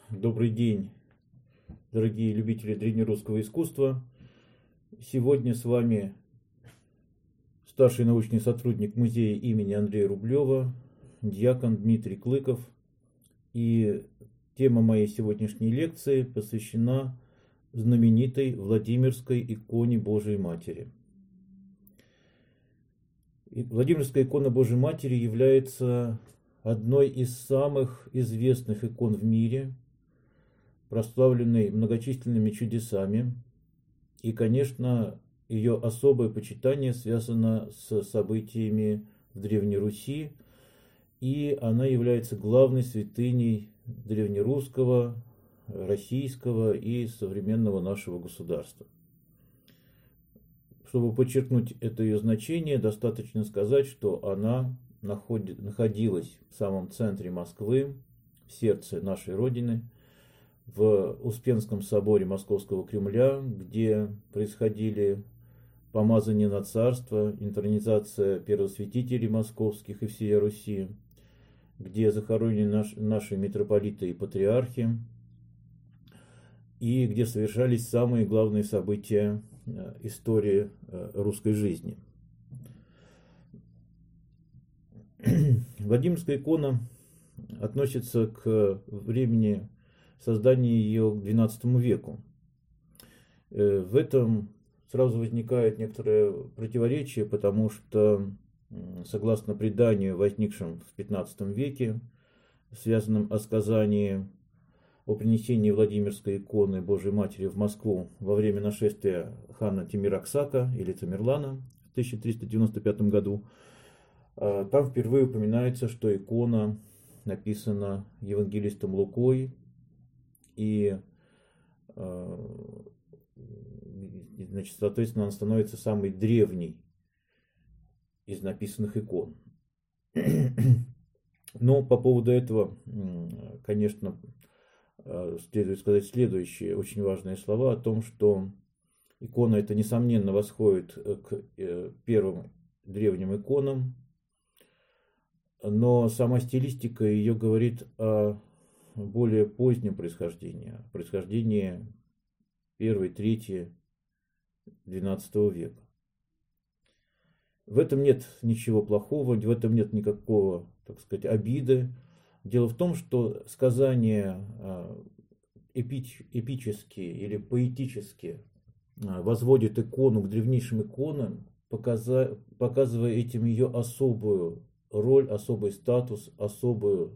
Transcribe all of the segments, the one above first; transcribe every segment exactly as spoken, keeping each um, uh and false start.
Добрый день, дорогие любители древнерусского искусства. Сегодня с вами старший научный сотрудник музея имени Андрея Рублева, дьякон Дмитрий Клыков. И тема моей сегодняшней лекции посвящена знаменитой Владимирской иконе Божией Матери. Владимирская икона Божией Матери является одной из самых известных икон в мире, прославленной многочисленными чудесами. И, конечно, ее особое почитание связано с событиями в Древней Руси, и она является главной святыней древнерусского, российского и современного нашего государства. Чтобы подчеркнуть это ее значение, достаточно сказать, что она находилась в самом центре Москвы, в сердце нашей Родины, в Успенском соборе Московского Кремля, где происходили помазание на царство, интронизация первосвятителей московских и всей Руси, где захоронены наш, наши митрополиты и патриархи, и где совершались самые главные события истории русской жизни. Владимирская икона относится к времени создания ее к двенадцатому веку. В этом сразу возникает некоторое противоречие, потому что, согласно преданию, возникшему в пятнадцатом веке, связанном о сказании о принесении Владимирской иконы Божией Матери в Москву во время нашествия хана Тимир-Аксака или Тамерлана в тысяча триста девяносто пятом году, там впервые упоминается, что икона написана евангелистом Лукой, и, значит, соответственно, она становится самой древней из написанных икон. Но по поводу этого, конечно, следует сказать следующие очень важные слова о том, что икона эта, несомненно, восходит к первым древним иконам, но сама стилистика ее говорит о более позднем происхождении, происхождении первой трети двенадцатого века. В этом нет ничего плохого, в этом нет никакого, так сказать, обиды. Дело в том, что сказания эпич, эпические или поэтические возводят икону к древнейшим иконам, показа, показывая этим ее особую роль, особый статус, особую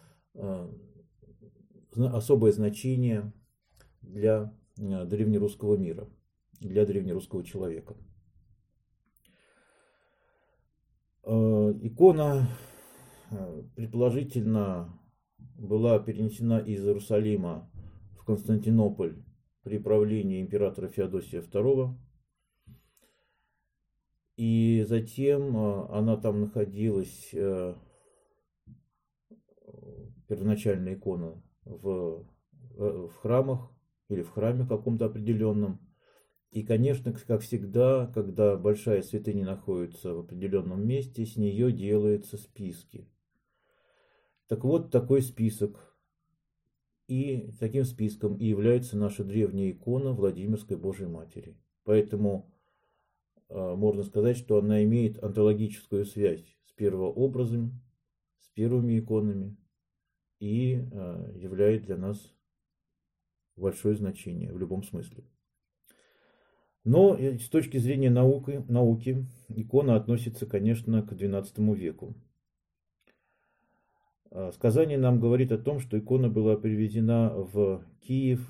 особое значение для древнерусского мира, для древнерусского человека. Икона, предположительно, была перенесена из Иерусалима в Константинополь при правлении императора Феодосия второго. И затем она там находилась, первоначальная икона, в, в храмах или в храме каком-то определенном. И, конечно, как всегда, когда большая святыня находится в определенном месте, с нее делаются списки. Так вот, такой список. И таким списком и является наша древняя икона Владимирской Божией Матери. Поэтому э, можно сказать, что она имеет онтологическую связь с первообразом, с первыми иконами, и э, являет для нас большое значение в любом смысле. Но с точки зрения науки, науки икона относится, конечно, к двенадцатому веку. Сказание нам говорит о том, что икона была привезена в Киев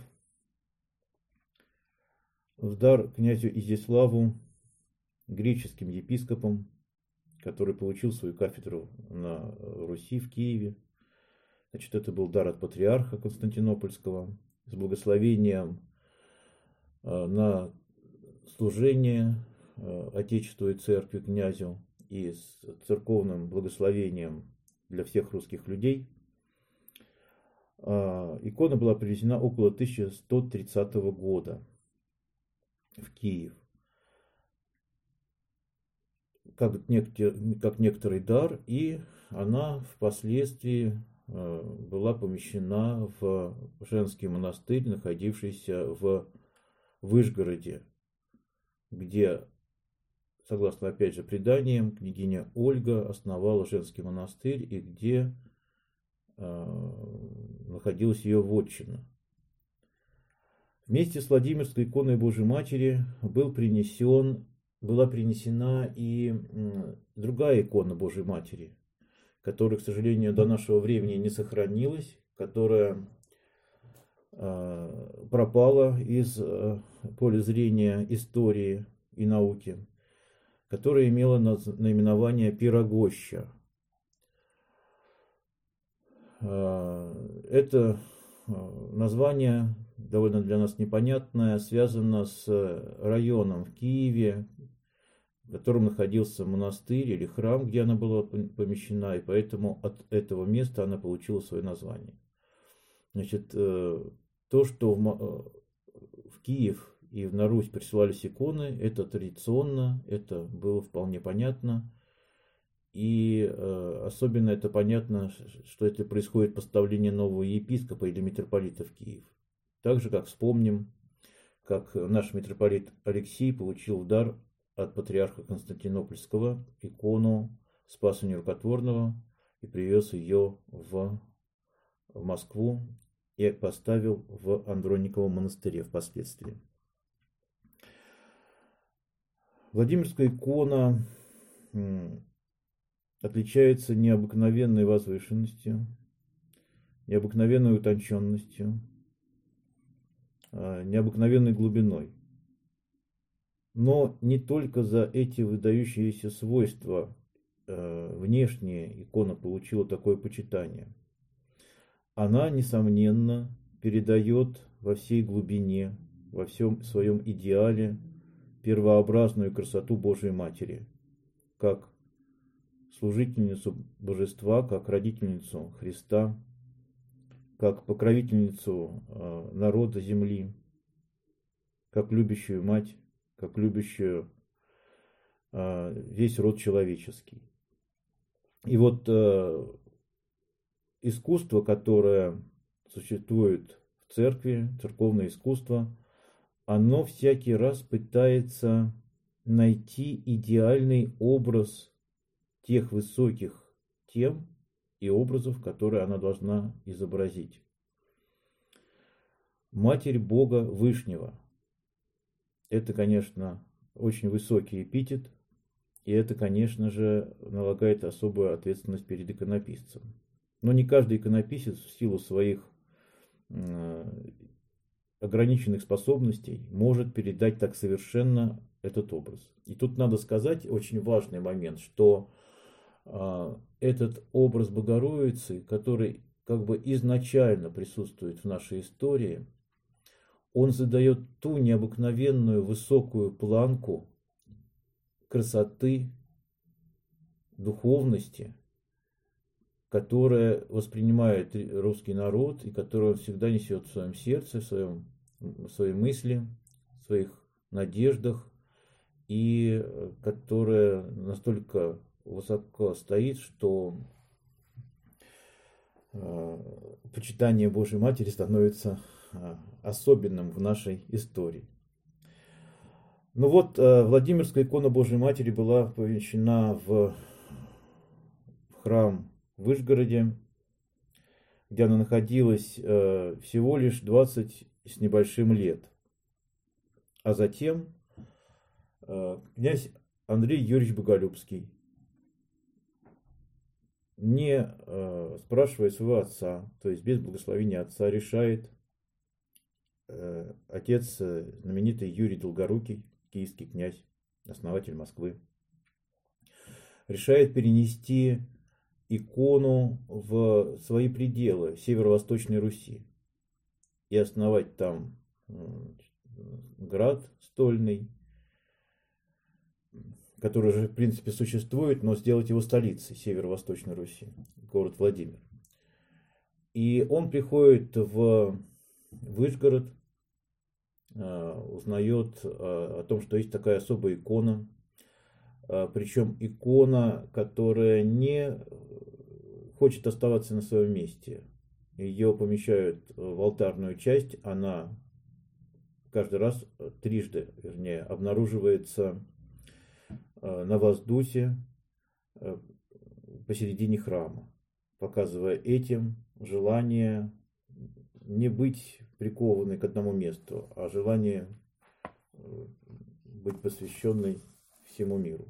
в дар князю Изяславу, греческим епископом, который получил свою кафедру на Руси в Киеве. Значит, это был дар от патриарха Константинопольского с благословением на служение Отечеству и Церкви князю и с церковным благословением для всех русских людей. Икона была привезена около тысяча сто тридцатого года в Киев. Как, некий, как некоторый дар, и она впоследствии была помещена в женский монастырь, находившийся в Вышгороде, где, согласно, опять же, преданиям, княгиня Ольга основала женский монастырь и где находилась ее вотчина. Вместе с Владимирской иконой Божией Матери был принесен, была принесена и другая икона Божией Матери, которая, к сожалению, до нашего времени не сохранилась, которая пропала из поля зрения истории и науки, которая имела наименование Пирогоща. Это название, довольно для нас непонятное, связано с районом в Киеве, в котором находился монастырь или храм, где она была помещена, и поэтому от этого места она получила свое название. Значит, то, что в, в Киев и на Русь присылались иконы, это традиционно, это было вполне понятно. И э, особенно это понятно, что это происходит поставление нового епископа или митрополита в Киев. Так же, как вспомним, как наш митрополит Алексий получил в дар от патриарха Константинопольского икону Спаса Нерукотворного и привез ее в, в Москву и поставил в Андрониковом монастыре впоследствии. Владимирская икона отличается необыкновенной возвышенностью, необыкновенной утонченностью, необыкновенной глубиной. Но не только за эти выдающиеся свойства внешне икона получила такое почитание. Она, несомненно, передает во всей глубине, во всем своем идеале первообразную красоту Божией Матери, как служительницу Божества, как родительницу Христа, как покровительницу народа земли, как любящую мать, как любящую весь род человеческий. И вот искусство, которое существует в церкви, церковное искусство, оно всякий раз пытается найти идеальный образ тех высоких тем и образов, которые она должна изобразить. Матерь Бога Вышнего. Это, конечно, очень высокий эпитет, и это, конечно же, налагает особую ответственность перед иконописцем. Но не каждый иконописец в силу своих ограниченных способностей может передать так совершенно этот образ. И тут надо сказать очень важный момент, что этот образ Богородицы, который как бы изначально присутствует в нашей истории, он задает ту необыкновенную высокую планку красоты, духовности, которая воспринимает русский народ и которую он всегда несет в своем сердце, в, своем, в своей мысли, в своих надеждах, и которая настолько высоко стоит, что почитание Божьей Матери становится особенным в нашей истории. Ну вот, Владимирская икона Божьей Матери была помещена в храм в Вышгороде, где она находилась всего лишь двадцать с небольшим лет. А затем князь Андрей Юрьевич Боголюбский, не спрашивая своего отца, то есть без благословения отца, решает, отец знаменитый Юрий Долгорукий, киевский князь, основатель Москвы, решает перенести икону в свои пределы северо-восточной Руси и основать там град стольный, который же в принципе существует, но сделать его столицей северо-восточной Руси, город Владимир. И он приходит в Вышгород, узнает о том, что есть такая особая икона, причем икона, которая не хочет оставаться на своем месте. Ее помещают в алтарную часть, она каждый раз трижды, вернее, обнаруживается на воздухе посередине храма, показывая этим желание не быть прикованной к одному месту, а желание быть посвященной всему миру.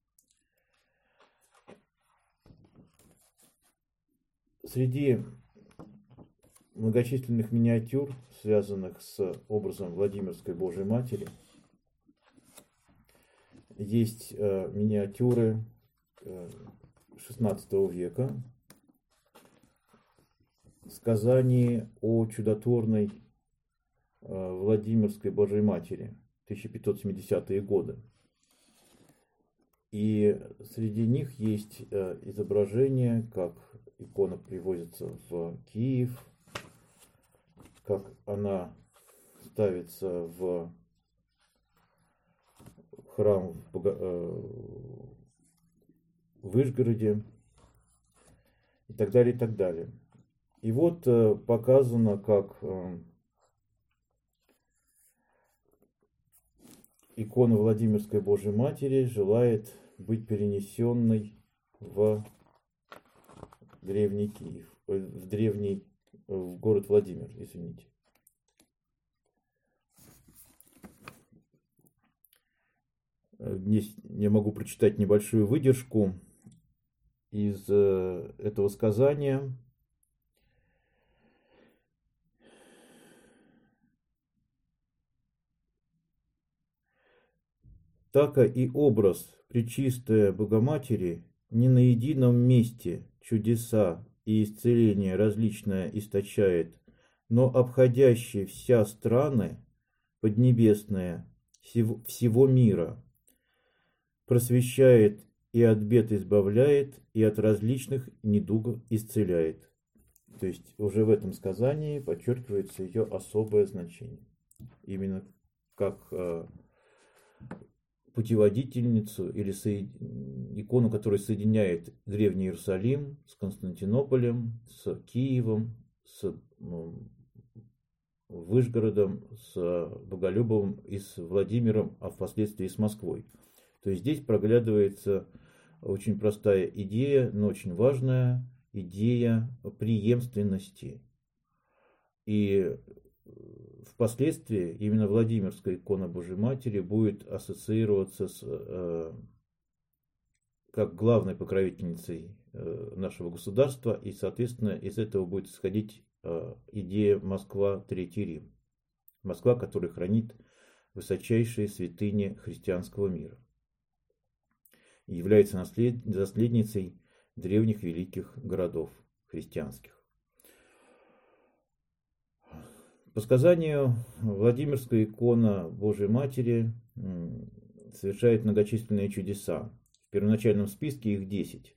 Среди многочисленных миниатюр, связанных с образом Владимирской Божией Матери, есть миниатюры шестнадцатого века, сказание о чудотворной Владимирской Божией Матери, тысяча пятьсот семидесятые годы. И среди них есть изображение, как икона привозится в Киев, как она ставится в храм в Вышгороде и так далее, и так далее. И вот показано, как икона Владимирской Божией Матери желает быть перенесенной в древний Киев, в древний, в город Владимир, извините. Здесь я могу прочитать небольшую выдержку из этого сказания. Так и образ Пречистой Богоматери не на едином месте чудеса и исцеления различное источает, но обходящий вся страны поднебесные всего мира, просвещает и от бед избавляет, и от различных недугов исцеляет. То есть уже в этом сказании подчеркивается ее особое значение. Именно как путеводительницу или икону, которая соединяет Древний Иерусалим с Константинополем, с Киевом, с Вышгородом, с Боголюбовым и с Владимиром, а впоследствии с Москвой. То есть здесь проглядывается очень простая идея, но очень важная идея преемственности. И впоследствии именно Владимирская икона Божией Матери будет ассоциироваться с, э, как главной покровительницей э, нашего государства, и, соответственно, из этого будет исходить э, идея Москва, Третий Рим. Москва, которая хранит высочайшие святыни христианского мира и является наслед... наследницей древних великих городов христианских. По сказанию, Владимирская икона Божией Матери совершает многочисленные чудеса. В первоначальном списке их десять.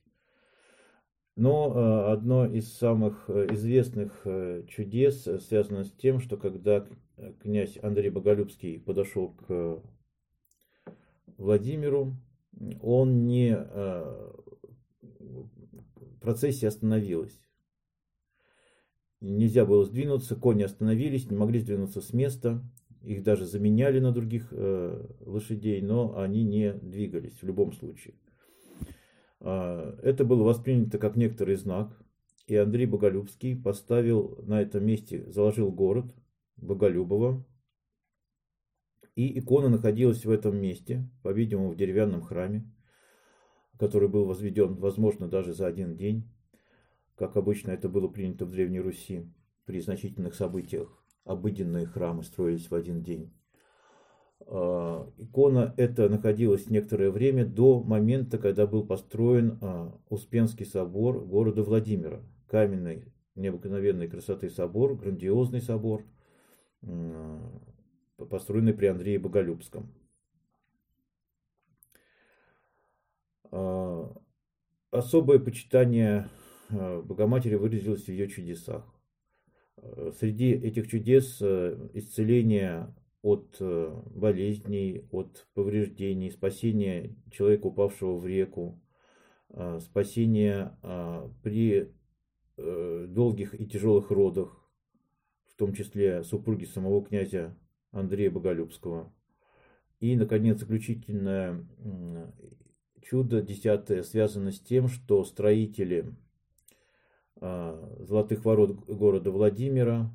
Но одно из самых известных чудес связано с тем, что когда князь Андрей Боголюбский подошел к Владимиру, он не... процессия остановилась. Нельзя было сдвинуться, кони остановились, не могли сдвинуться с места. Их даже заменяли на других э, лошадей, но они не двигались в любом случае. Э, это было воспринято как некоторый знак. И Андрей Боголюбский поставил на этом месте, заложил город Боголюбово. И икона находилась в этом месте, по-видимому, в деревянном храме, который был возведен, возможно, даже за один день. Как обычно это было принято в Древней Руси, при значительных событиях обыденные храмы строились в один день. Икона эта находилась некоторое время до момента, когда был построен Успенский собор города Владимира. Каменный, необыкновенной красоты собор, грандиозный собор, построенный при Андрее Боголюбском. Особое почитание Богоматери выразилось в ее чудесах. Среди этих чудес исцеление от болезней, от повреждений, спасение человека, упавшего в реку, спасение при долгих и тяжелых родах, в том числе супруги самого князя Андрея Боголюбского. И, наконец, заключительное чудо, десятое, связано с тем, что строители Золотых ворот города Владимира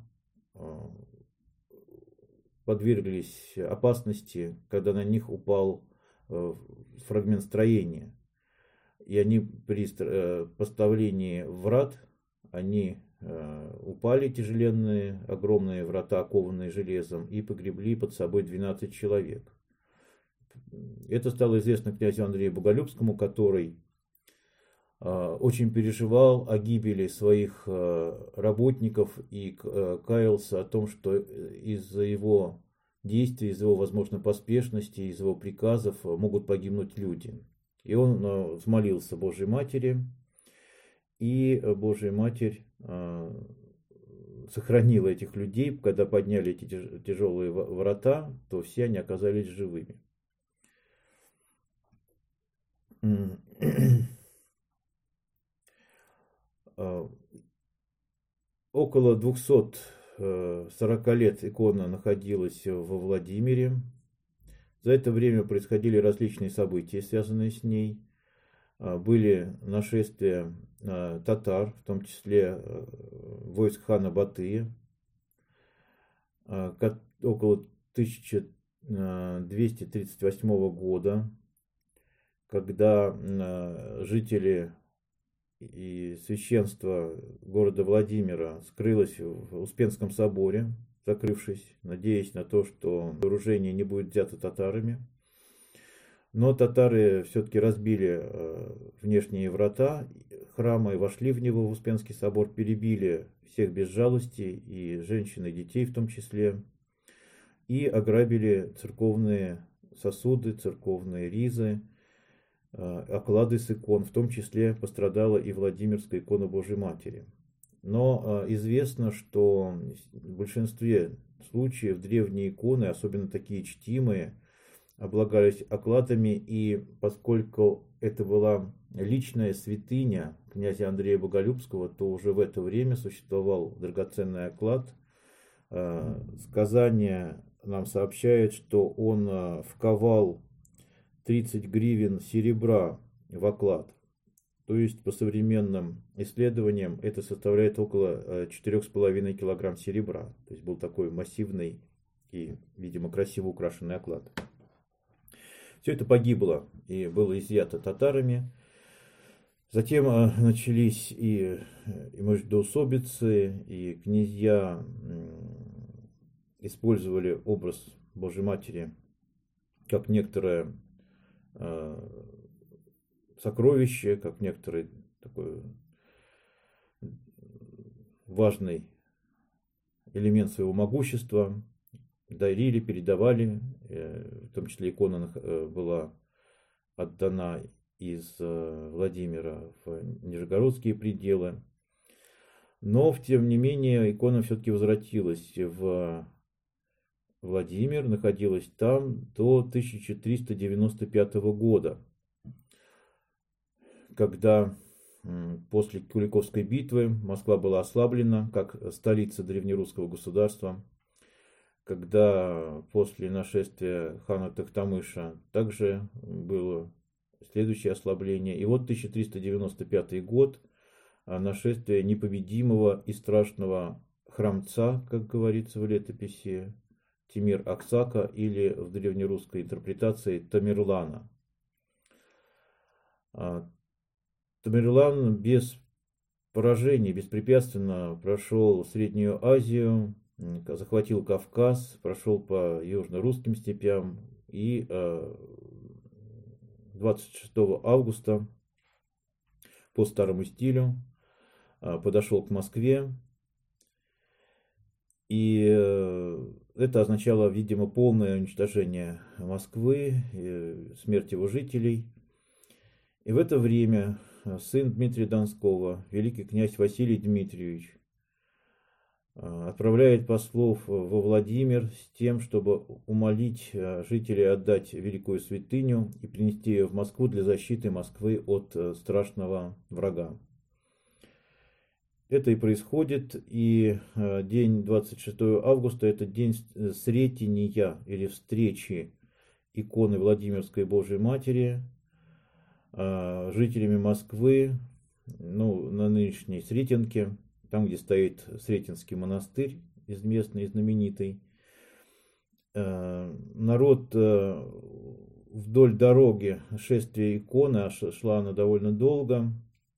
подверглись опасности, когда на них упал фрагмент строения. И они при поставлении врат, они упали, тяжеленные, огромные врата, окованные железом, и погребли под собой двенадцать человек. Это стало известно князю Андрею Боголюбскому, который очень переживал о гибели своих работников и каялся о том, что из-за его действий, из-за его, возможно, поспешности, из-за его приказов могут погибнуть люди. И он взмолился Божьей Матери, и Божья Матерь сохранила этих людей. Когда подняли эти тяжелые врата, то все они оказались живыми. Около двухсот сорока лет икона находилась во Владимире. За это время происходили различные события, связанные с ней. Были нашествия татар, в том числе войск хана Батыя. Около тысяча двести тридцать восьмого года, когда жители и священство города Владимира скрылось в Успенском соборе, закрывшись, надеясь на то, что вооружение не будет взято татарами. Но татары все-таки разбили внешние врата храма и вошли в него, в Успенский собор, перебили всех без жалости, и женщин, и детей в том числе, и ограбили церковные сосуды, церковные ризы, оклады с икон, в том числе пострадала и Владимирская икона Божьей Матери. Но известно, что в большинстве случаев древние иконы, особенно такие чтимые, облагались окладами, и поскольку это была личная святыня князя Андрея Боголюбского, то уже в это время существовал драгоценный оклад. Сказание нам сообщает, что он вковал тридцать гривен серебра в оклад. То есть по современным исследованиям это составляет около четырёх с половиной килограмм серебра. То есть был такой массивный и, видимо, красиво украшенный оклад. Все это погибло и было изъято татарами. Затем начались и, и междоусобицы, и князья использовали образ Божьей Матери как некоторое сокровище, как некоторый такой важный элемент своего могущества, дарили, передавали, в том числе икона была отдана из Владимира в Нижегородские пределы. Но, тем не менее, икона все-таки возвратилась в Владимир, находилась там до тысяча триста девяносто пятого года, когда после Куликовской битвы Москва была ослаблена как столица древнерусского государства, когда после нашествия хана Тохтамыша также было следующее ослабление. И вот тысяча триста девяносто пятый год, нашествие непобедимого и страшного храмца, как говорится в летописи, Тимир-Аксака, или в древнерусской интерпретации Тамерлана. Тамерлан без поражений, беспрепятственно прошел Среднюю Азию, захватил Кавказ, прошел по южно-русским степям и двадцать шестого августа по старому стилю подошел к Москве. И это означало, видимо, полное уничтожение Москвы, смерть его жителей. И в это время сын Дмитрия Донского, великий князь Василий Дмитриевич, отправляет послов во Владимир с тем, чтобы умолить жителей отдать великую святыню и принести ее в Москву для защиты Москвы от страшного врага. это и происходит, и день двадцать шестого августа – это день сретения или встречи иконы Владимирской Божией Матери жителями Москвы, ну, на нынешней Сретенке, там, где стоит Сретенский монастырь, известный и знаменитый. Народ вдоль дороги шествия иконы, а шла она довольно долго,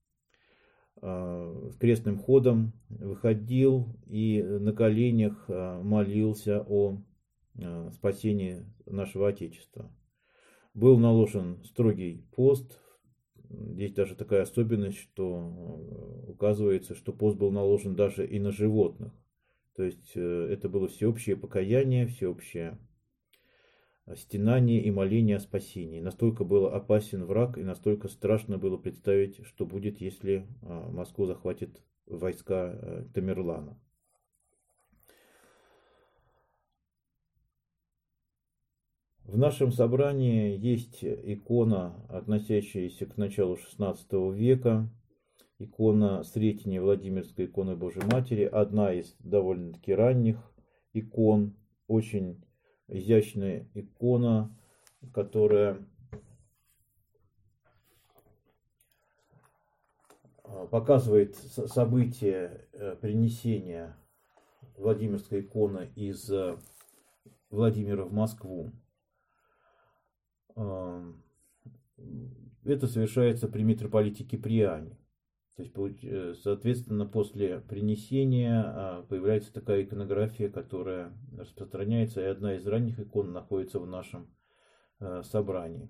с крестным ходом выходил и на коленях молился о спасении нашего Отечества. Был наложен строгий пост. Здесь даже такая особенность, что указывается, что пост был наложен даже и на животных. То есть это было всеобщее покаяние, всеобщее стенание и моление о спасении. Настолько был опасен враг и настолько страшно было представить, что будет, если Москву захватит войска Тамерлана. В нашем собрании есть икона, относящаяся к началу шестнадцатого века, икона Сретения Владимирской иконы Божией Матери, одна из довольно-таки ранних икон, очень изящная икона, которая показывает события принесения Владимирской иконы из Владимира в Москву. Это совершается при митрополите Киприане. То есть, соответственно, после принесения появляется такая иконография, которая распространяется, и одна из ранних икон находится в нашем собрании.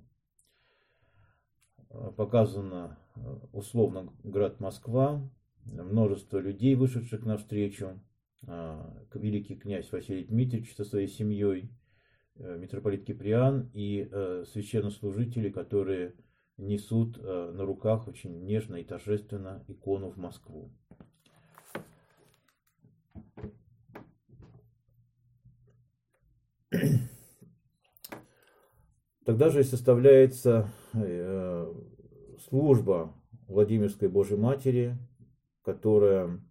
Показано условно град Москва, множество людей, вышедших навстречу, великий князь Василий Дмитриевич со своей семьей, митрополит Киприан и священнослужители, которые несут на руках очень нежно и торжественно икону в Москву. Тогда же и составляется служба Владимирской Божией Матери, которая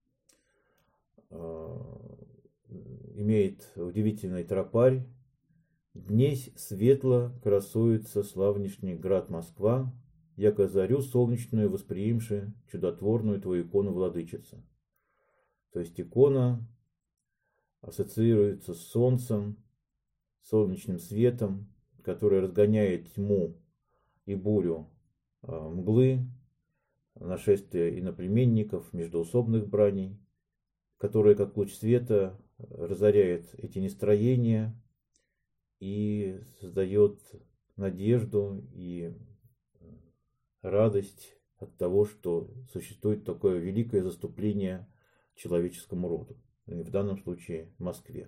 имеет удивительный тропарь. Днесь светло красуется славнейший град Москва, яко зарю солнечную восприимши чудотворную твою икону, владычица. То есть икона ассоциируется с солнцем, солнечным светом, который разгоняет тьму и бурю мглы, нашествие иноплеменников, междоусобных браней, которая как луч света разоряет эти нестроения и создает надежду и радость от того, что существует такое великое заступление человеческому роду, в данном случае в Москве.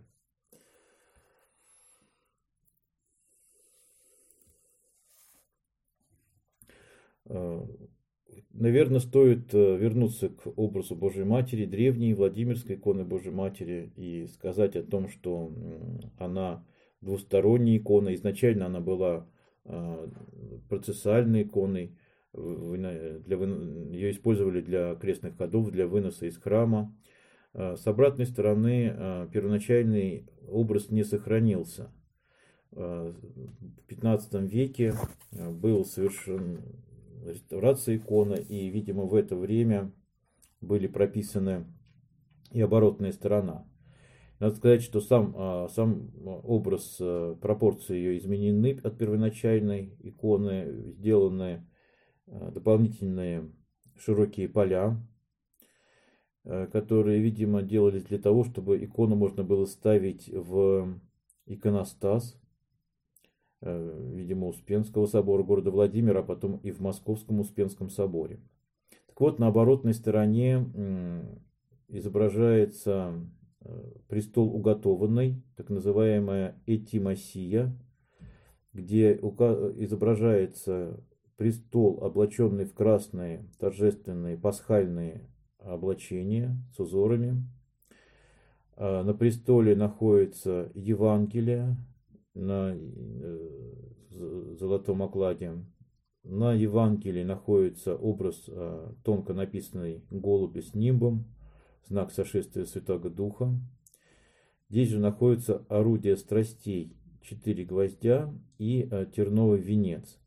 Наверное, стоит вернуться к образу Божьей Матери, древней Владимирской иконы Божьей Матери, и сказать о том, что она двусторонняя икона. Изначально она была процессуальной иконой. Для, ее использовали для крестных ходов, для выноса из храма. С обратной стороны, первоначальный образ не сохранился. В пятнадцатом веке был совершен реставрация иконы, и, видимо, в это время были прописаны и оборотная сторона. Надо сказать, что сам, сам образ, пропорции ее изменены от первоначальной иконы, сделаны дополнительные широкие поля, которые, видимо, делались для того, чтобы икону можно было ставить в иконостас, видимо, Успенского собора города Владимира, а потом и в Московском Успенском соборе. Так вот, на оборотной стороне изображается престол уготованный, так называемая этимосия, где изображается престол, облаченный в красные торжественные пасхальные облачения с узорами. На престоле находится Евангелие на золотом окладе. на Евангелии находится образ тонко написанный голуби с нимбом, знак сошествия Святого Духа. Здесь же находится орудие страстей, четыре гвоздя и терновый венец,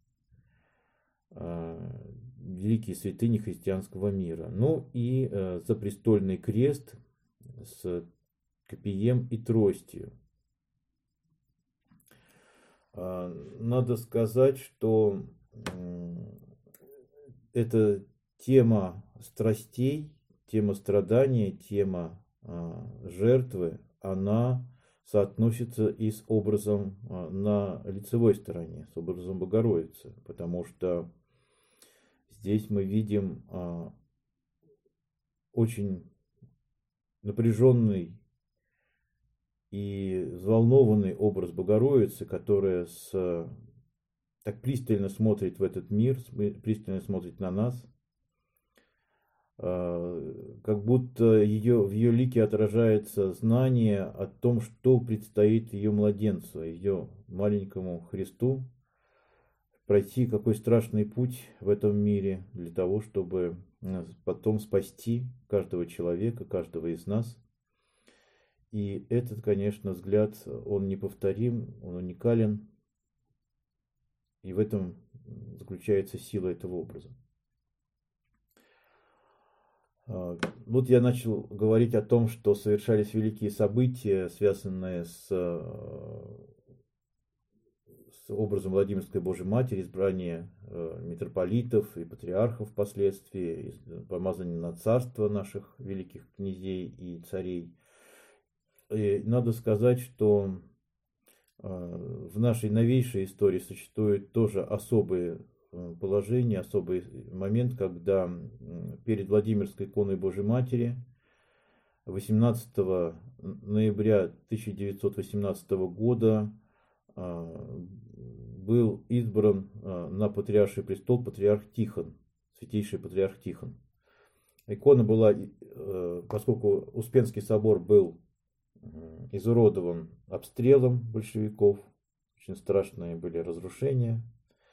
великие святыни христианского мира. Ну и запрестольный крест с копьем и тростью. Надо сказать, что эта тема страстей, тема страдания, тема жертвы, она соотносится и с образом на лицевой стороне, с образом Богородицы, потому что здесь мы видим очень напряженный и взволнованный образ Богородицы, которая с, так пристально смотрит в этот мир, пристально смотрит на нас, как будто ее, в ее лике отражается знание о том, что предстоит ее младенцу, ее маленькому Христу, пройти какой страшный путь в этом мире для того, чтобы потом спасти каждого человека, каждого из нас. И этот, конечно, взгляд, он неповторим, он уникален, и в этом заключается сила этого образа. Вот я начал говорить о том, что совершались великие события, связанные с, с образом Владимирской Божьей Матери, избрание митрополитов и патриархов впоследствии, помазание на царство наших великих князей и царей. И надо сказать, что в нашей новейшей истории существует тоже особые положения, особый момент, когда перед Владимирской иконой Божьей Матери восемнадцатого ноября тысяча девятьсот восемнадцатого года был избран на патриарший престол патриарх Тихон, святейший патриарх Тихон. Икона была, поскольку Успенский собор был изуродован обстрелом большевиков, очень страшные были разрушения,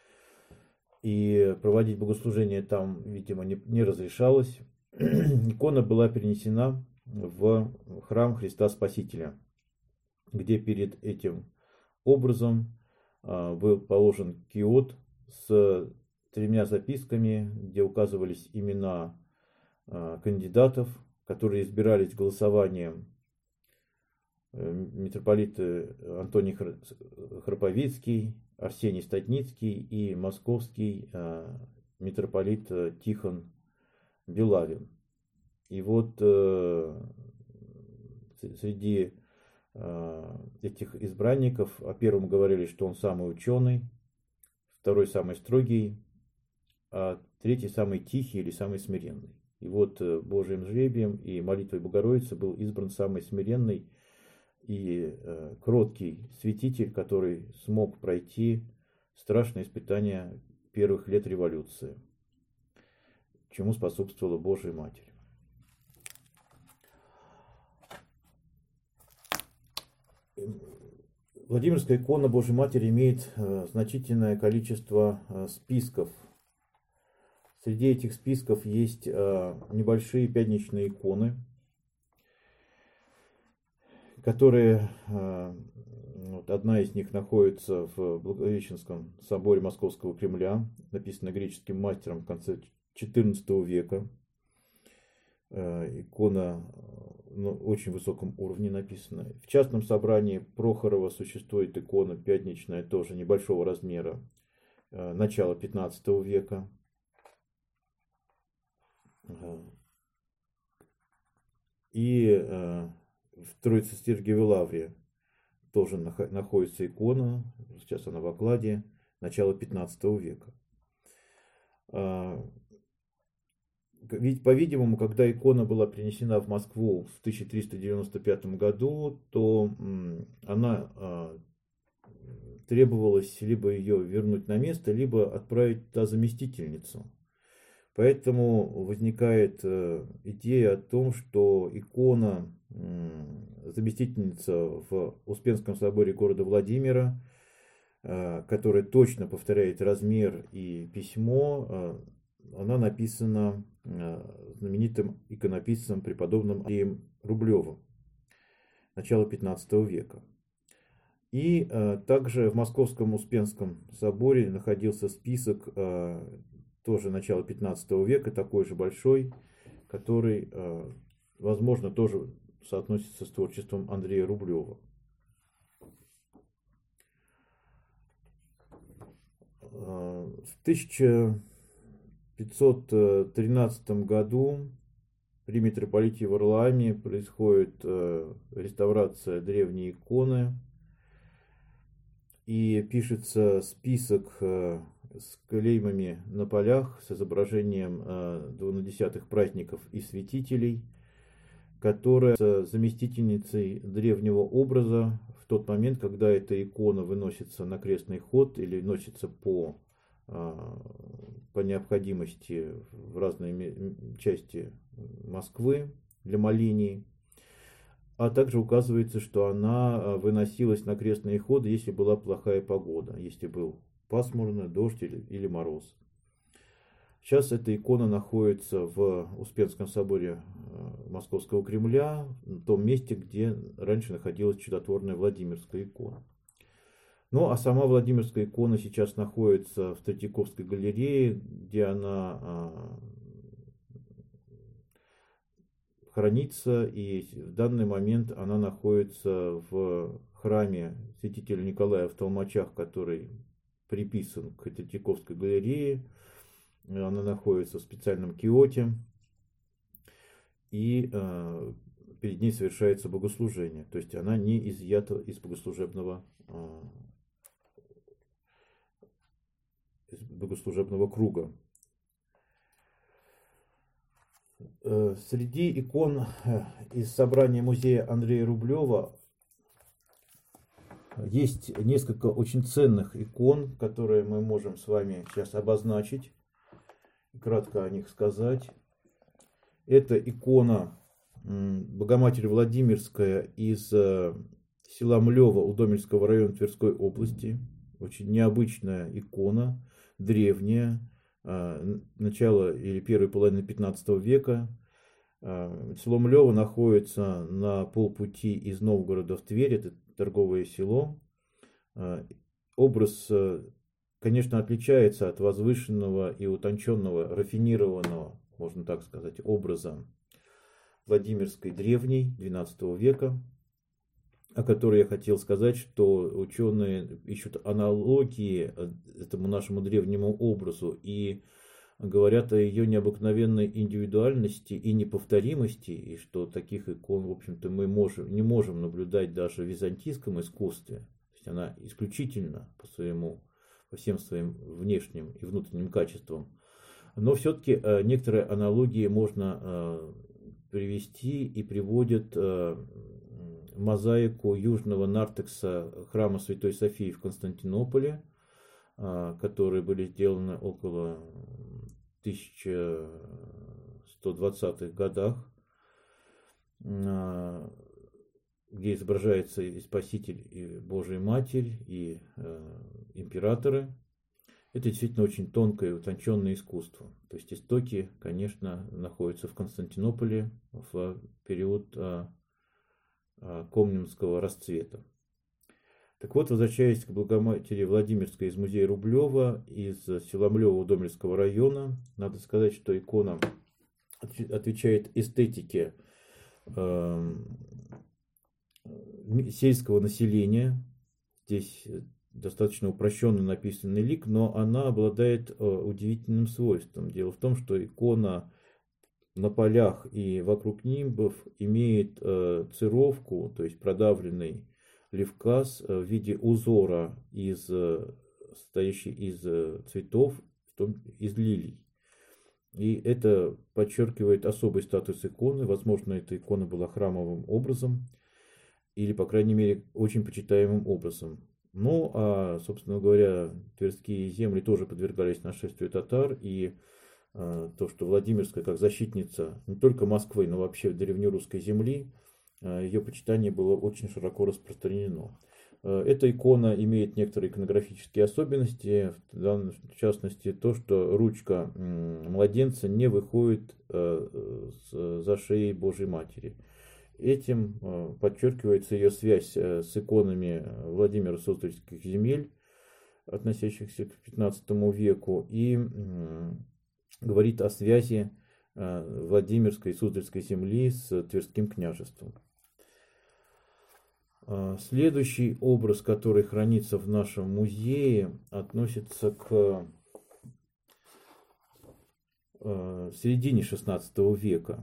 и проводить богослужение там, видимо, не, не разрешалось. Икона была перенесена в храм Христа Спасителя, где перед этим образом был положен киот с тремя записками, где указывались имена кандидатов, которые избирались голосованием: митрополиты Антоний Храповицкий, Арсений Статницкий и московский митрополит Тихон Белавин. И вот среди этих избранников о первом говорили, что он самый ученый, второй самый строгий, а третий самый тихий или самый смиренный. И вот Божьим жребием и молитвой Богородицы был избран самый смиренный и э, кроткий святитель, который смог пройти страшное испытание первых лет революции, чему способствовала Божья Матерь. Владимирская икона Божьей Матери имеет э, значительное количество э, списков. Среди этих списков есть э, небольшие пятничные иконы, которые, вот одна из них находится в Благовещенском соборе Московского Кремля, написана греческим мастером в конце четырнадцатого века. Икона на очень высоком уровне написана. В частном собрании Прохорова существует икона пятничная, тоже небольшого размера, начала пятнадцатого века. И в Троице-Сергиевой Лавре тоже находится икона, сейчас она в окладе, начала пятнадцатого века. Ведь, по-видимому, когда икона была принесена в Москву в тысяча триста девяносто пятом году, то она требовалось либо ее вернуть на место, либо отправить туда заместительницу. Поэтому возникает идея о том, что икона, заместительница в Успенском соборе города Владимира, которая точно повторяет размер и письмо, она написана знаменитым иконописцем преподобным Андреем Рублевым, начала пятнадцатого века. И также в Московском Успенском соборе находился список тоже начала пятнадцатого века, такой же большой, который, возможно, тоже соотносится с творчеством Андрея Рублева. В тысяча пятьсот тринадцатом году при митрополите Варлааме происходит реставрация древней иконы, и пишется список с клеймами на полях с изображением двунадесятых праздников и святителей, которая заместительницей древнего образа в тот момент, когда эта икона выносится на крестный ход или носится по, по необходимости в разные части Москвы для молений. А также указывается, что она выносилась на крестные ходы, если была плохая погода, если был пасмурно, дождь или, или мороз. Сейчас эта икона находится в Успенском соборе Московского Кремля, в том месте, где раньше находилась чудотворная Владимирская икона. Ну, а сама Владимирская икона сейчас находится в Третьяковской галерее, где она хранится, и в данный момент она находится в храме святителя Николая в Толмачах, который приписан к Третьяковской галерее. Она находится в специальном киоте, и э, перед ней совершается богослужение. То есть она не изъята из богослужебного, э, из богослужебного круга. Э, среди икон из собрания музея Андрея Рублева есть несколько очень ценных икон, которые мы можем с вами сейчас обозначить, кратко о них сказать. Это икона Богоматери Владимирская из села Млево Удомельского района Тверской области. Очень необычная икона, древняя, начала или первой половины пятнадцатого века. Село Млево находится на полпути из Новгорода в Тверь, это торговое село. Образ, конечно, отличается от возвышенного и утонченного, рафинированного, можно так сказать, образа Владимирской древней двенадцатого века, о которой я хотел сказать, что ученые ищут аналогии этому нашему древнему образу и говорят о ее необыкновенной индивидуальности и неповторимости, и что таких икон, в общем-то, мы можем, не можем наблюдать даже в византийском искусстве. То есть она исключительна по своему, по всем своим внешним и внутренним качествам. Но все-таки некоторые аналогии можно привести и приводят мозаику южного нартекса храма Святой Софии в Константинополе, которые были сделаны около тысяча сто двадцатых годах, где изображается и Спаситель, и Божия Матерь, и императоры. Это действительно очень тонкое и утонченное искусство. То есть истоки, конечно, находятся в Константинополе в период комнинского расцвета. Так вот, возвращаясь к Богоматери Владимирской из музея Рублева, из села Млево Удомельского района, надо сказать, что икона отвечает эстетике э, сельского населения. Здесь достаточно упрощенно написанный лик, но она обладает э, удивительным свойством. Дело в том, что икона на полях и вокруг нимбов имеет э, цировку, то есть продавленный левказ в виде узора, из, состоящий из цветов, в том, из лилий. И это подчеркивает особый статус иконы. Возможно, эта икона была храмовым образом, или, по крайней мере, очень почитаемым образом. Ну, а, собственно говоря, тверские земли тоже подвергались нашествию татар, и а, то, что Владимирская, как защитница не только Москвы, но вообще древнерусской земли, ее почитание было очень широко распространено. Эта икона имеет некоторые иконографические особенности, в частности то, что ручка младенца не выходит за шеей Божьей Матери. Этим подчеркивается ее связь с иконами Владимира Суздальских земель, относящихся к пятнадцатому веку, и говорит о связи Владимирской и Суздальской земли с Тверским княжеством. Следующий образ, который хранится в нашем музее, относится к середине шестнадцатого века.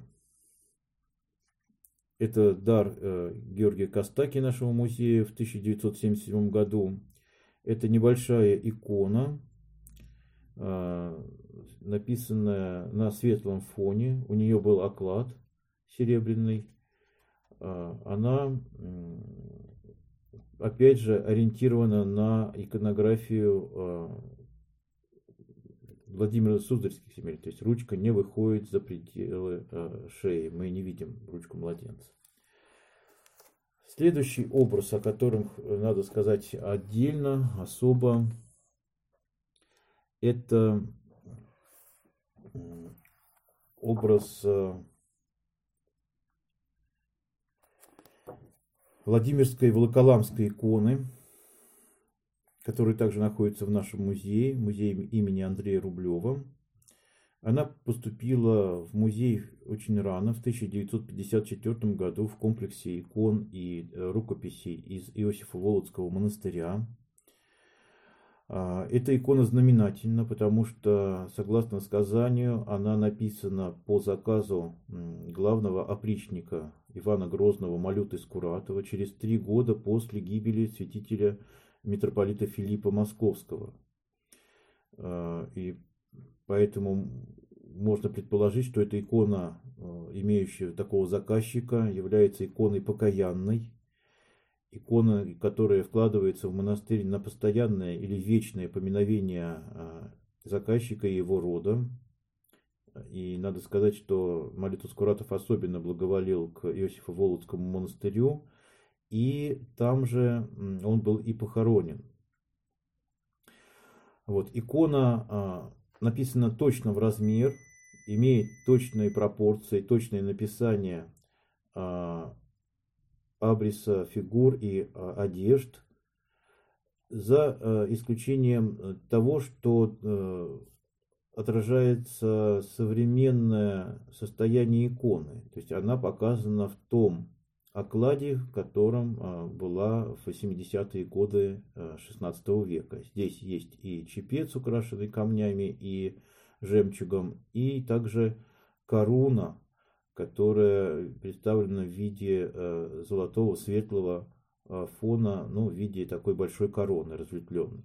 Это дар Георгия Костаки нашего музея в тысяча девятьсот семьдесят седьмом году. Это небольшая икона, написанная на светлом фоне. У нее был оклад серебряный. Она, опять же, ориентирована на иконографию Владимира Суздальских земель. То есть ручка не выходит за пределы шеи. Мы не видим ручку младенца. Следующий образ, о котором надо сказать отдельно, особо, это образ Владимирской Волоколамской иконы, который также находится в нашем музее, музее имени Андрея Рублева. Она поступила в музей очень рано, в тысяча девятьсот пятьдесят четвёртом году, в комплексе икон и рукописей из Иосифо-Волоцкого монастыря. Эта икона знаменательна, потому что, согласно сказанию, она написана по заказу главного опричника Ивана Грозного Малюты Скуратова через три года после гибели святителя митрополита Филиппа Московского. И поэтому можно предположить, что эта икона, имеющая такого заказчика, является иконой покаянной, икона, которая вкладывается в монастырь на постоянное или вечное поминовение заказчика и его рода. И надо сказать, что Малюта Скуратов особенно благоволил к Иосифо-Волоцкому монастырю, и там же он был и похоронен. Вот, икона написана точно в размер, имеет точные пропорции, точное написание абриса фигур и одежд, за исключением того, что отражается современное состояние иконы. То есть она показана в том окладе, в котором была в семидесятые годы шестнадцатого века. Здесь есть и чепец, украшенный камнями и жемчугом, и также коруна, которая представлена в виде золотого светлого фона, ну, в виде такой большой короны разветвленной.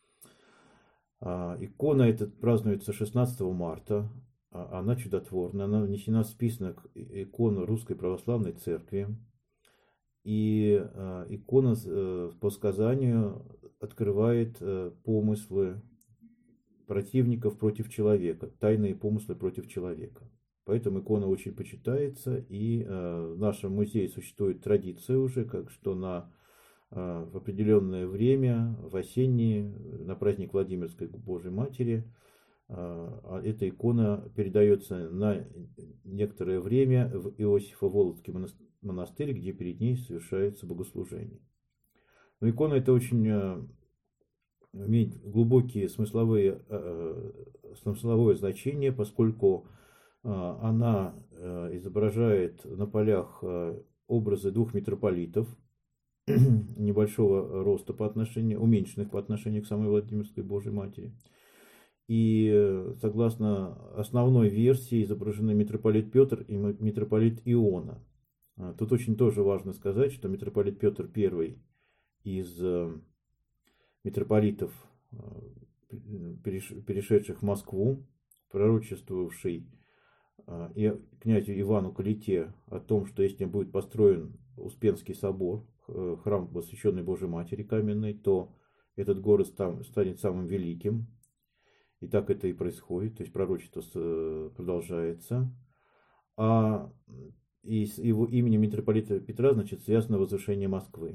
Икона эта празднуется шестнадцатого марта. Она чудотворна. Она внесена в список икон Русской Православной Церкви. И икона по сказанию открывает помыслы противников против человека, тайные помыслы против человека. Поэтому икона очень почитается, и в нашем музее существует традиция уже, как что на в определенное время, в осенние, на праздник Владимирской Божьей Матери, эта икона передается на некоторое время в Иосифо-Волоцкий монастырь, где перед ней совершается богослужение. Но икона эта очень имеет глубокие смысловые, смысловое значение, поскольку она изображает на полях образы двух митрополитов небольшого роста по отношению, уменьшенных по отношению к самой Владимирской Божьей Матери. И согласно основной версии изображены митрополит Петр и митрополит Иона. Тут очень тоже важно сказать, что митрополит Петр I из митрополитов, перешедших в Москву, пророчествовавший и князю Ивану Калите о том, что если будет построен Успенский собор, храм, посвященный Божьей Матери каменной, то этот город там станет самым великим. И так это и происходит, то есть пророчество продолжается. А и с его именем митрополита Петра, значит, связано возвышение Москвы.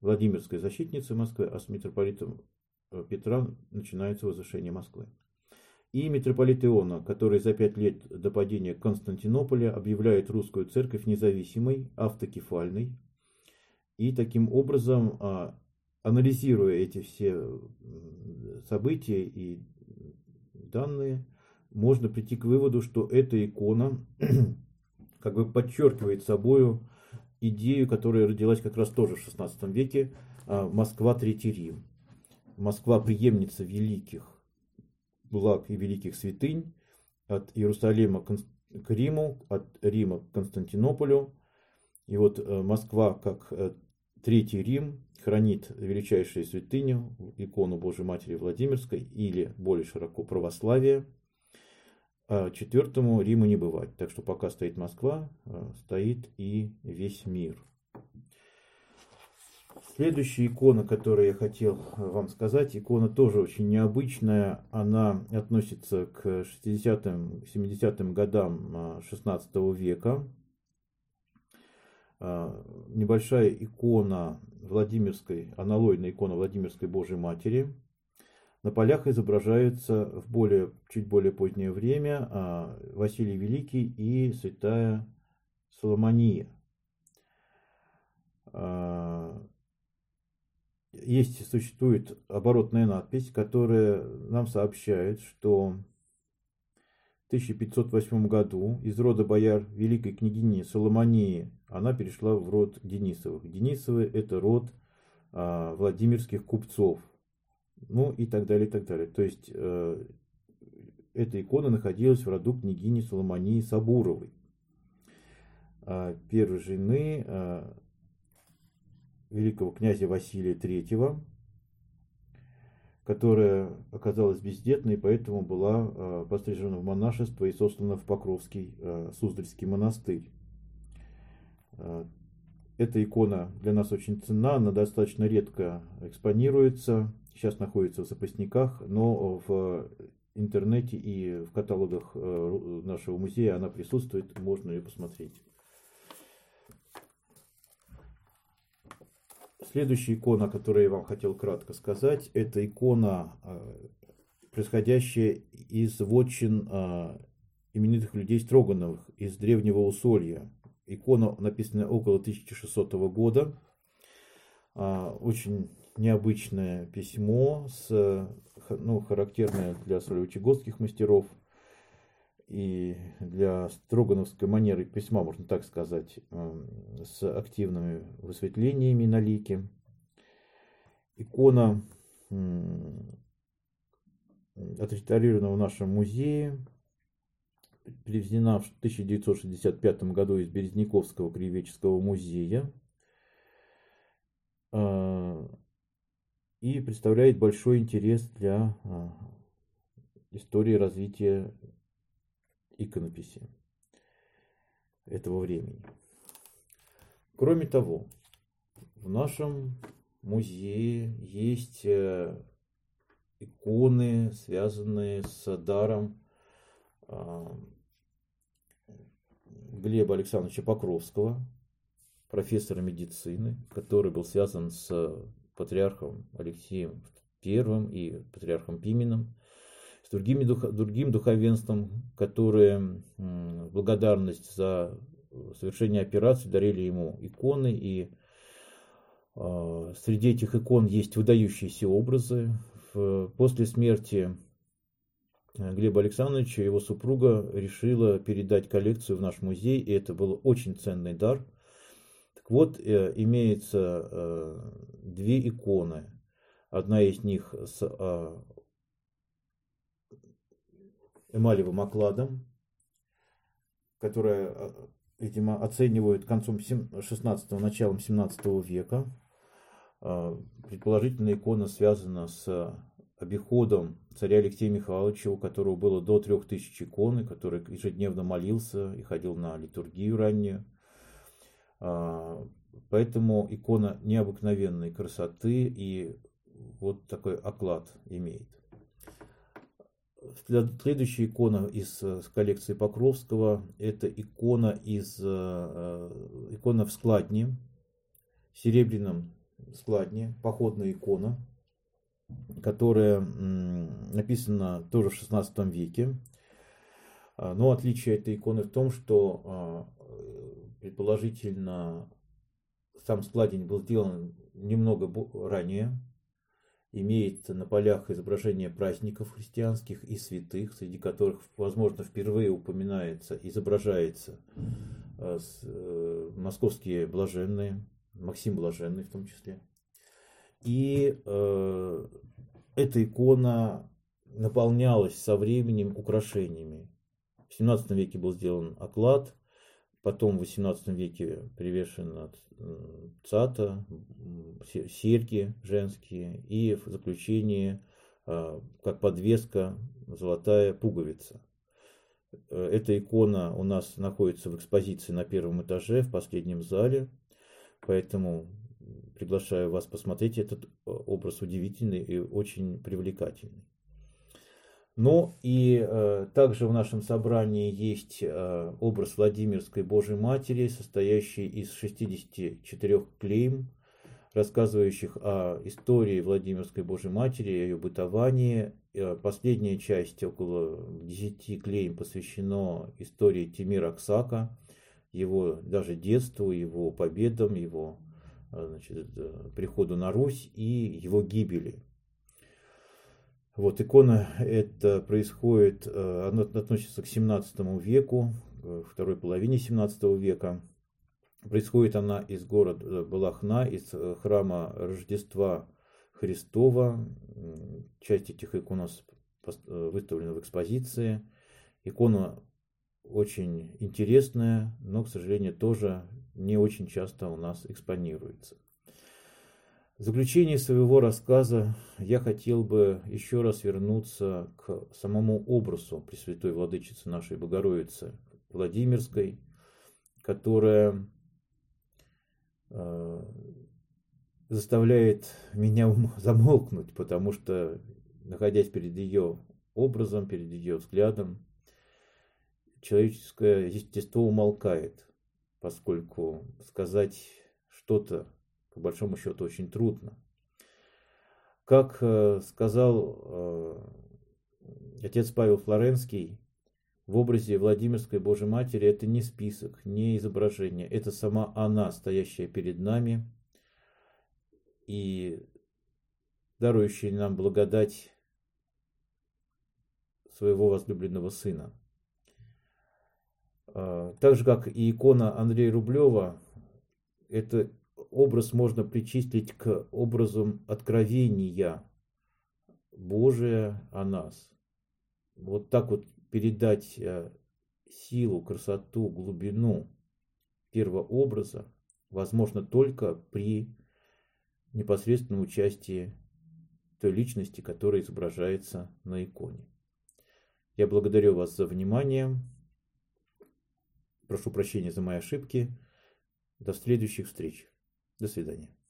Владимирской защитницы Москвы, а с митрополитом Петра начинается возвышение Москвы. И митрополит Иона, который за пять лет до падения Константинополя объявляет русскую церковь независимой, автокефальной. И таким образом, анализируя эти все события и данные, можно прийти к выводу, что эта икона как бы подчеркивает собою идею, которая родилась как раз тоже в шестнадцатом веке, Москва, Третий Рим. Москва преемница великих благ и великих святынь, от Иерусалима к Риму, от Рима к Константинополю. И вот Москва, как Третий Рим, хранит величайшую святыню, икону Божией Матери Владимирской, или более широко православие. А четвертому Риму не бывать. Так что пока стоит Москва, стоит и весь мир. Следующая икона, которую я хотел вам сказать, икона тоже очень необычная. Она относится к шестидесятым-семидесятым годам шестнадцатого века. Небольшая икона Владимирской, аналогичная икона Владимирской Божией Матери. На полях изображаются в более, чуть более позднее время Василий Великий и святая Соломония. Есть, существует оборотная надпись, которая нам сообщает, что в тысяча пятьсот восьмом году из рода бояр великой княгини Соломонии она перешла в род Денисовых. Денисовы – это род а, владимирских купцов. Ну и так далее, и так далее. То есть э, эта икона находилась в роду княгини Соломонии Сабуровой, э, первой жены э, великого князя Василия Третьего, которая оказалась бездетной, и поэтому была э, пострижена в монашество и сослана в Покровский э, Суздальский монастырь. Э, эта икона для нас очень ценна, она достаточно редко экспонируется. Сейчас находится в запасниках, но в интернете и в каталогах нашего музея она присутствует, можно ее посмотреть. Следующая икона, о которой я вам хотел кратко сказать, это икона, происходящая из вотчин именитых людей Строгановых из Древнего Усолья. Икона написана около тысяча шестисотого года. Очень необычное письмо, с, ну, характерное для сольвычегодских мастеров и для строгановской манеры письма, можно так сказать, с активными высветлениями на лике. Икона отреставрирована в нашем музее, привезена в тысяча девятьсот шестьдесят пятом году из Березняковского краеведческого музея и представляет большой интерес для истории развития иконописи этого времени. Кроме того, в нашем музее есть иконы, связанные с даром Глеба Александровича Покровского, профессора медицины, который был связан с патриархом Алексеем Первым и патриархом Пименом, с другими, другим духовенством, которые в благодарность за совершение операции дарили ему иконы. И среди этих икон есть выдающиеся образы. После смерти Глеба Александровича его супруга решила передать коллекцию в наш музей, и это был очень ценный дар. Так вот, имеется две иконы. Одна из них с эмалевым окладом, которая, видимо, оценивают концом шестнадцатого, началом семнадцатого века. Предположительно, икона связана с обиходом царя Алексея Михайловича, у которого было до трех тысяч икон, который ежедневно молился и ходил на литургию раннюю. Поэтому икона необыкновенной красоты и вот такой оклад имеет. Следующая икона из коллекции Покровского — это икона из икона в складне, серебряном складня, походная икона, которая м, написана тоже в шестнадцатом веке. Но отличие этой иконы в том, что предположительно сам складень был сделан немного ранее. Имеет на полях изображения праздников христианских и святых, среди которых, возможно, впервые упоминается, изображается московские блаженные, Максим Блаженный в том числе. И э, эта икона наполнялась со временем украшениями. В семнадцатом веке был сделан оклад, потом в восемнадцатом веке привешена цата, серьги женские, и в заключении, как подвеска, золотая пуговица. Эта икона у нас находится в экспозиции на первом этаже, в последнем зале, поэтому приглашаю вас посмотреть этот образ удивительный и очень привлекательный. Ну и э, также в нашем собрании есть э, образ Владимирской Божьей Матери, состоящий из шестидесяти четырёх клейм, рассказывающих о истории Владимирской Божьей Матери, о ее бытовании. Э, последняя часть, около десяти клейм, посвящена истории Тимира Аксака, его даже детству, его победам, его значит, приходу на Русь и его гибели. Вот икона это происходит, она относится к семнадцатому веку, второй половине семнадцатого века. Происходит она из города Балахна, из храма Рождества Христова. Часть этих икон у нас выставлена в экспозиции. Икона очень интересная, но, к сожалению, тоже не очень часто у нас экспонируется. В заключение своего рассказа я хотел бы еще раз вернуться к самому образу Пресвятой Владычицы нашей Богородицы Владимирской, которая э, заставляет меня замолкнуть, потому что, находясь перед ее образом, перед ее взглядом, человеческое естество умолкает, поскольку сказать что-то по большому счету очень трудно. Как э, сказал э, отец Павел Флоренский, в образе Владимирской Божьей Матери это не список, не изображение, это сама она, стоящая перед нами и дарующая нам благодать своего возлюбленного Сына. Э, так же, как и икона Андрея Рублева, это образ можно причислить к образам откровения Божия о нас. Вот так вот передать силу, красоту, глубину первого образа возможно только при непосредственном участии той личности, которая изображается на иконе. Я благодарю вас за внимание. Прошу прощения за мои ошибки. До следующих встреч. До свидания.